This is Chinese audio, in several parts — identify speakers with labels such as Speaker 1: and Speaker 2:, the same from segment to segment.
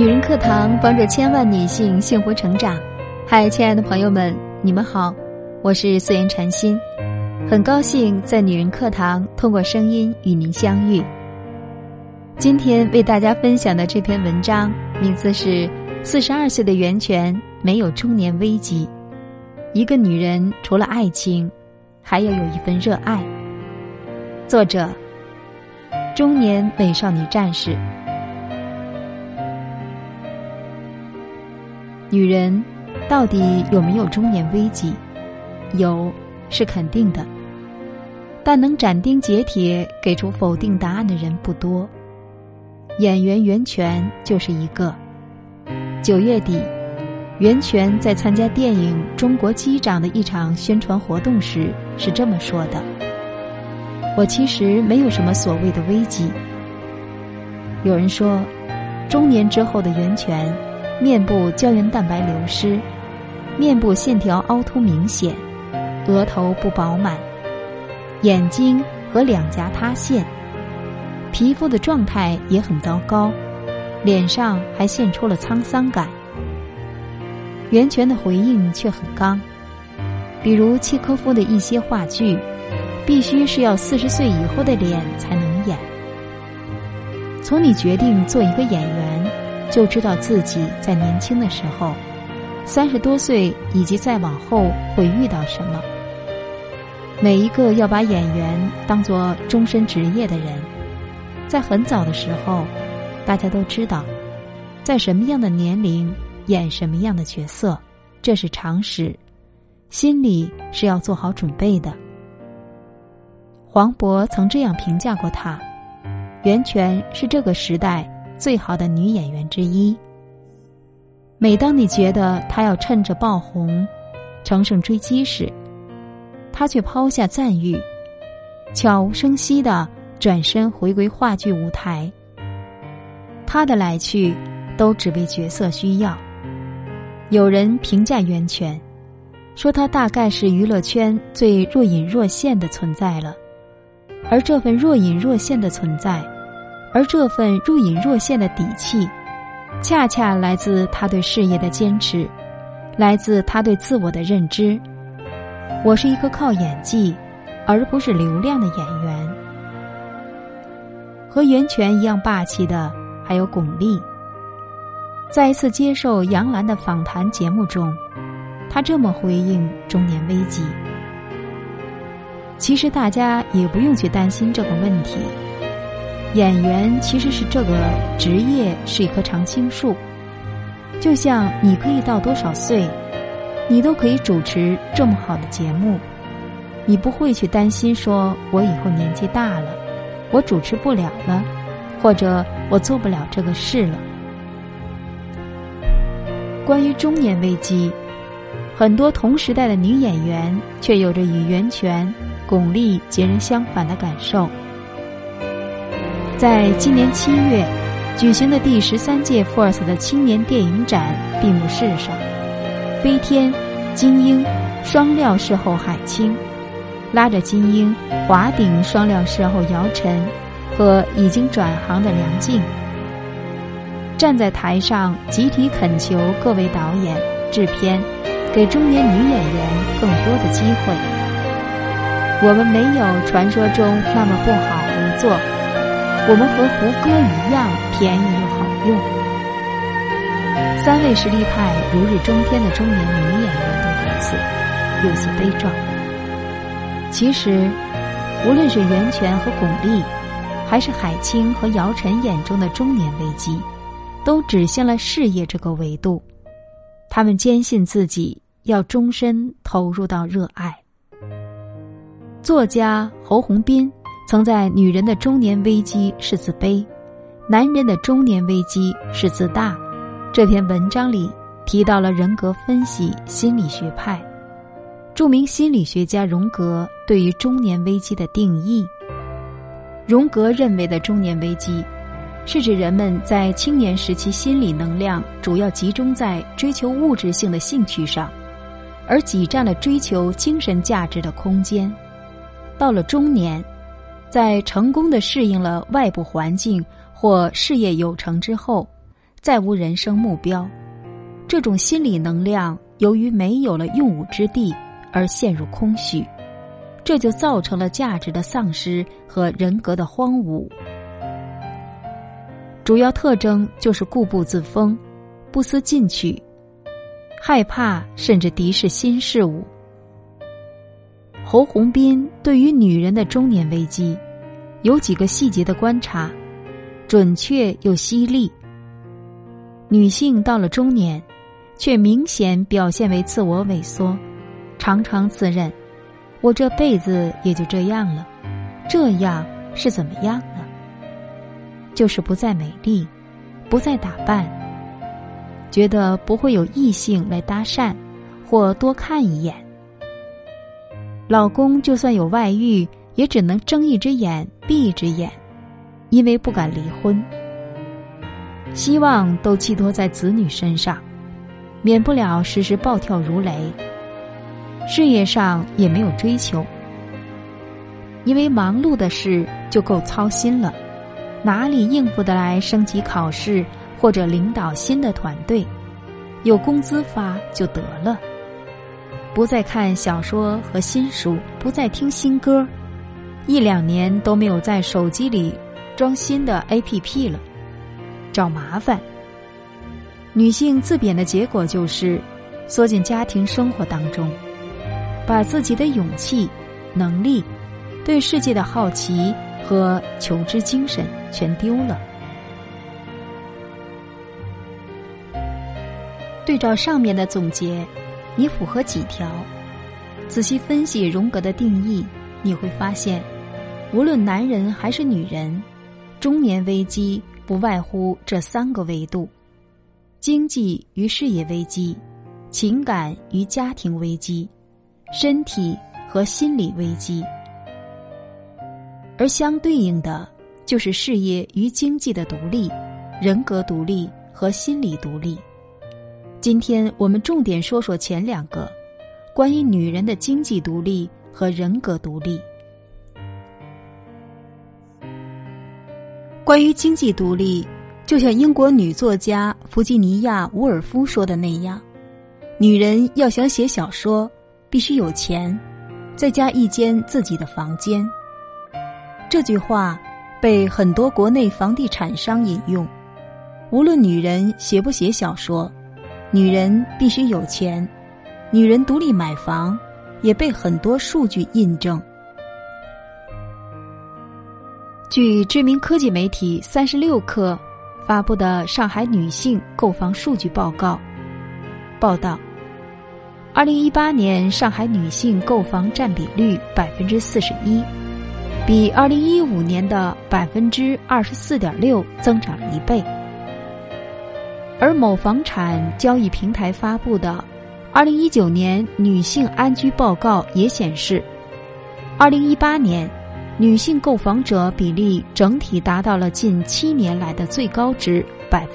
Speaker 1: 女人课堂帮助千万女性幸福成长。嗨，亲爱的朋友们，你们好，我是素颜禅心，很高兴在女人课堂通过声音与您相遇。今天为大家分享的这篇文章名字是42岁的袁泉没有中年危机。一个女人除了爱情，还要有一份热爱。作者：中年美少女战士。女人到底有没有中年危机？有，是肯定的，但能斩钉截铁给出否定答案的人不多。演员袁泉就是一个。9月底，袁泉在参加电影《中国机长》的一场宣传活动时是这么说的：我其实没有什么所谓的危机。有人说，中年之后的袁泉面部胶原蛋白流失，面部线条凹凸明显，额头不饱满，眼睛和两颊塌陷，皮肤的状态也很糟糕，脸上还现出了沧桑感。袁泉的回应却很刚，比如契诃夫的一些话剧，必须是要40岁以后的脸才能演。从你决定做一个演员，就知道自己在年轻的时候，30多岁以及再往后会遇到什么。每一个要把演员当作终身职业的人，在很早的时候，大家都知道，在什么样的年龄演什么样的角色，这是常识，心里是要做好准备的。黄渤曾这样评价过她：袁泉是这个时代最好的女演员之一。每当你觉得她要趁着爆红乘胜追击时，她却抛下赞誉，悄无声息地转身回归话剧舞台。她的来去都只为角色需要。有人评价袁泉，说她大概是娱乐圈最若隐若现的存在了，而这份若隐若现的存在，而这份若隐若现的底气，恰恰来自他对事业的坚持，来自他对自我的认知。我是一个靠演技而不是流量的演员。和袁泉一样霸气的还有巩俐。在一次接受杨澜的访谈节目中，他这么回应中年危机：其实大家也不用去担心这个问题，演员其实是这个职业是一棵常青树，就像你可以到多少岁，你都可以主持这么好的节目，你不会去担心说我以后年纪大了，我主持不了了，或者我做不了这个事了。关于中年危机，很多同时代的女演员却有着与袁泉、巩俐截然相反的感受。在今年7月举行的第13届 FIRST 的青年电影展闭幕式上，飞天、金鹰双料视后海清，拉着金鹰华顶双料视后姚晨和已经转行的梁静，站在台上集体恳求各位导演、制片给中年女演员更多的机会。我们没有传说中那么不好合作，我们和胡歌一样便宜又好用。3位实力派如日中天的中年女演员都如此，有些悲壮。其实无论是袁泉和巩俐，还是海清和姚晨眼中的中年危机，都指向了事业这个维度。他们坚信自己要终身投入到热爱。作家侯鸿斌曾在《女人的中年危机是自卑，男人的中年危机是自大》这篇文章里提到了人格分析心理学派。著名心理学家荣格对于中年危机的定义，荣格认为的中年危机是指人们在青年时期心理能量主要集中在追求物质性的兴趣上，而挤占了追求精神价值的空间。到了中年，在成功地适应了外部环境或事业有成之后， 再无人生目标。这种心理能量由于没有了用武之地而陷入空虚，这就造成了价值的丧失和人格的荒芜。主要特征就是固步自封，不思进取，害怕甚至敌视新事物。侯鸿斌对于女人的中年危机有几个细节的观察，准确又犀利。女性到了中年，却明显表现为自我萎缩，常常自认我这辈子也就这样了，这样是怎么样呢？就是不再美丽，不再打扮，觉得不会有异性来搭讪或多看一眼。老公就算有外遇，也只能睁一只眼闭一只眼，因为不敢离婚。希望都寄托在子女身上，免不了时时暴跳如雷。事业上也没有追求，因为忙碌的事就够操心了，哪里应付得来升级考试或者领导新的团队？有工资发就得了。不再看小说和新书，不再听新歌，1-2年都没有在手机里装新的 APP 了，找麻烦。女性自贬的结果就是缩进家庭生活当中，把自己的勇气、能力、对世界的好奇和求知精神全丢了。对照上面的总结，你符合几条？仔细分析荣格的定义，你会发现，无论男人还是女人，中年危机不外乎这3个维度：经济与事业危机、情感与家庭危机、身体和心理危机。而相对应的就是事业与经济的独立、人格独立和心理独立。今天我们重点说说前2个，关于女人的经济独立和人格独立。关于经济独立，就像英国女作家弗吉尼亚·伍尔夫说的那样，女人要想写小说，必须有钱，再加一间自己的房间。这句话被很多国内房地产商引用。无论女人写不写小说，女人必须有钱，女人独立买房，也被很多数据印证。据知名科技媒体36氪发布的上海女性购房数据报告报道，2018年上海女性购房占比率 41%， 比2015年的 24.6% 增长了1倍。而某房产交易平台发布的2019年女性安居报告也显示，2018年女性购房者比例整体达到了近7年来的最高值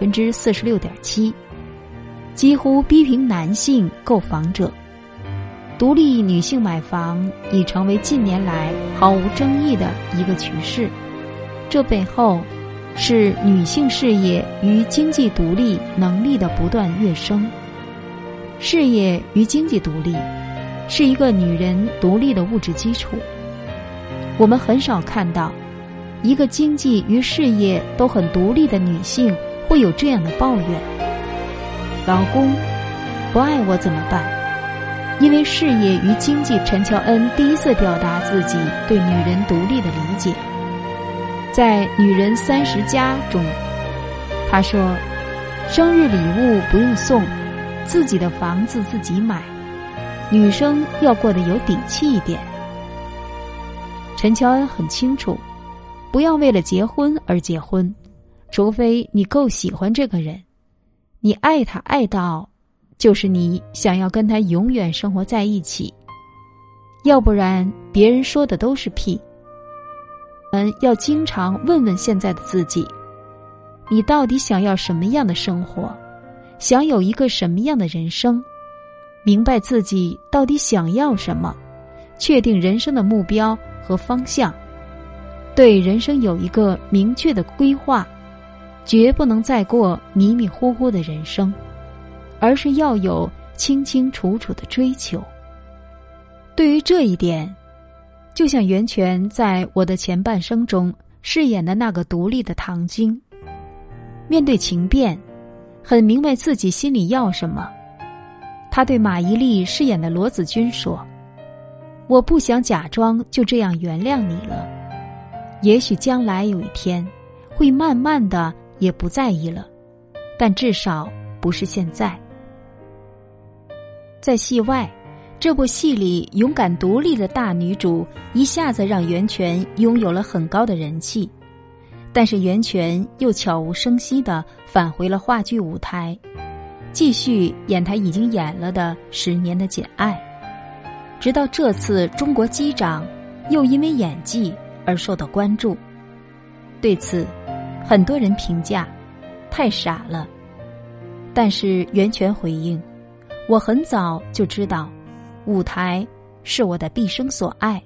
Speaker 1: 46.7%， 几乎逼平男性购房者。独立女性买房已成为近年来毫无争议的一个趋势，这背后是女性事业与经济独立能力的不断跃升。事业与经济独立是一个女人独立的物质基础。我们很少看到一个经济与事业都很独立的女性会有这样的抱怨：老公不爱我怎么办？因为事业与经济，陈乔恩第一次表达自己对女人独立的理解。在《女人30+》中，她说：生日礼物不用送，自己的房子自己买，女生要过得有底气一点。陈乔恩很清楚，不要为了结婚而结婚，除非你够喜欢这个人，你爱他爱到就是你想要跟他永远生活在一起，要不然别人说的都是屁。我们要经常问问现在的自己，你到底想要什么样的生活？想有一个什么样的人生？明白自己到底想要什么，确定人生的目标和方向，对人生有一个明确的规划， 绝不能再过迷迷糊糊的人生，而是要有清清楚楚的追求。对于这一点，就像袁泉在我的前半生中饰演的那个独立的唐晶，面对情变，很明白自己心里要什么。他对马伊琍饰演的罗子君说：我不想假装就这样原谅你了，也许将来有一天会慢慢的也不在意了，但至少不是现在。在戏外，这部戏里勇敢独立的大女主一下子让袁泉拥有了很高的人气，但是袁泉又悄无声息地返回了话剧舞台，继续演她已经演了的10年的《简爱》，直到这次中国机长又因为演技而受到关注。对此，很多人评价太傻了，但是袁泉回应：我很早就知道舞台是我的毕生所爱。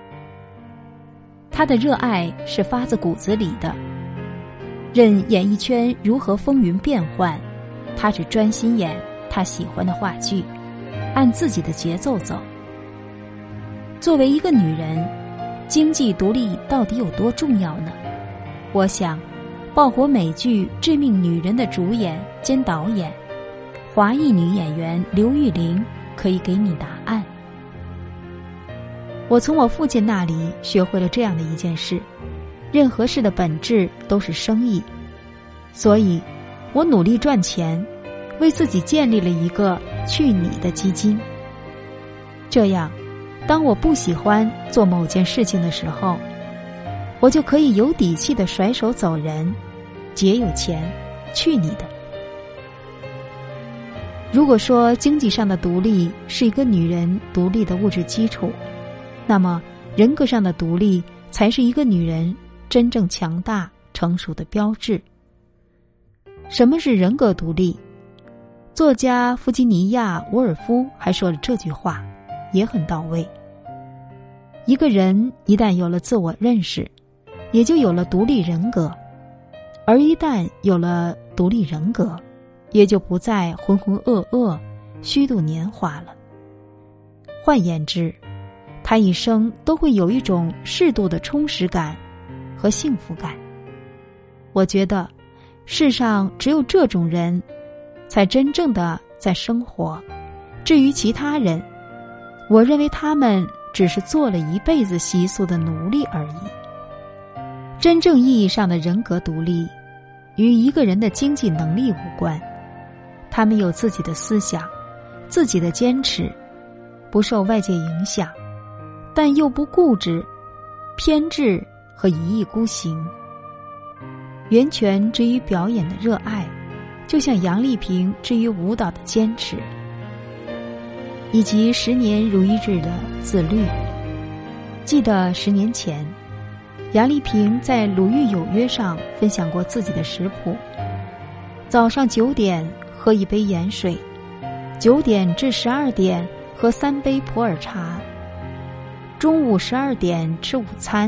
Speaker 1: 他的热爱是发自骨子里的，任演艺圈如何风云变幻，他只专心演他喜欢的话剧，按自己的节奏走。作为一个女人，经济独立到底有多重要呢？我想爆火美剧《致命女人》的主演兼导演华裔女演员刘玉玲可以给你答案。我从我父亲那里学会了这样的一件事：任何事的本质都是生意，所以我努力赚钱，为自己建立了一个去你的基金。这样，当我不喜欢做某件事情的时候，我就可以有底气地甩手走人，姐有钱，去你的。如果说经济上的独立是一个女人独立的物质基础，那么人格上的独立才是一个女人真正强大成熟的标志。什么是人格独立？作家弗吉尼亚·沃尔夫还说了这句话，也很到位。一个人一旦有了自我认识，也就有了独立人格，而一旦有了独立人格，也就不再浑浑噩噩、虚度年华了。换言之，他一生都会有一种适度的充实感和幸福感。我觉得世上只有这种人才真正的在生活，至于其他人，我认为他们只是做了一辈子习俗的奴隶而已。真正意义上的人格独立与一个人的经济能力无关，他们有自己的思想，自己的坚持，不受外界影响，但又不固执、偏执和一意孤行。袁泉之于表演的热爱，就像杨丽萍之于舞蹈的坚持，以及10年如一日的自律。记得10年前，杨丽萍在《鲁豫有约》上分享过自己的食谱：早上9点喝1杯盐水，9点至12点喝3杯普洱茶，中午12点吃午餐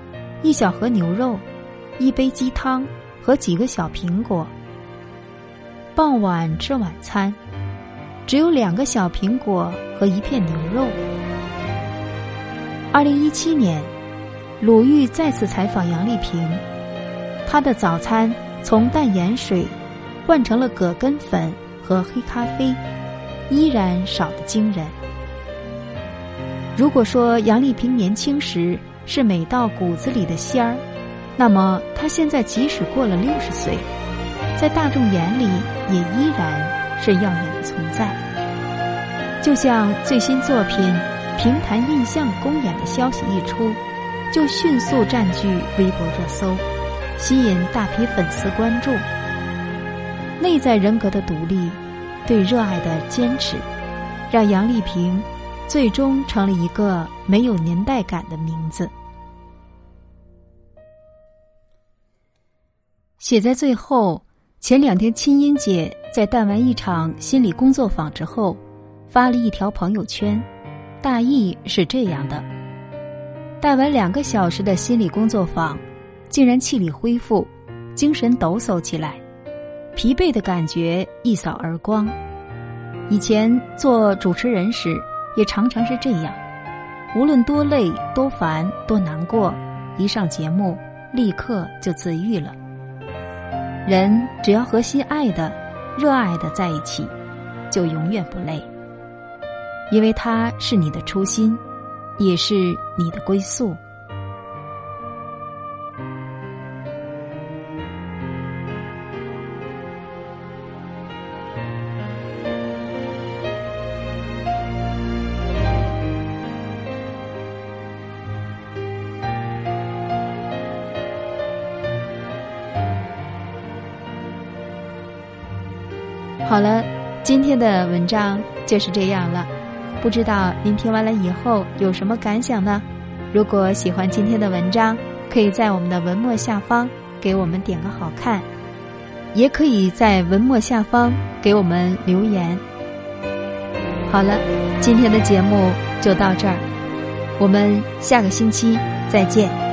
Speaker 1: ，1小盒牛肉，1杯鸡汤和几个小苹果。傍晚吃晚餐，只有2个小苹果和1片牛肉。2017年，鲁豫再次采访杨丽萍，她的早餐从淡盐水换成了葛根粉和黑咖啡，依然少得惊人。如果说杨丽萍年轻时是美到骨子里的仙儿，那么她现在即使过了60岁，在大众眼里也依然是耀眼的存在。就像最新作品《评弹印象》公演的消息一出，就迅速占据微博热搜，吸引大批粉丝关注。内在人格的独立，对热爱的坚持，让杨丽萍最终成了一个没有年代感的名字。写在最后，前2天青音姐在办完一场心理工作坊之后，发了一条朋友圈，大意是这样的：带完2个小时的心理工作坊，竟然气力恢复， 精神抖擞起来，疲惫的感觉一扫而光。以前做主持人时也常常是这样，无论多累多烦多难过，一上节目立刻就自愈了。人只要和心爱的热爱的在一起，就永远不累，因为它是你的初心，也是你的归宿。好了，今天的文章就是这样了，不知道您听完了以后有什么感想呢？如果喜欢今天的文章，可以在我们的文末下方给我们点个好看，也可以在文末下方给我们留言。好了，今天的节目就到这儿，我们下个星期再见。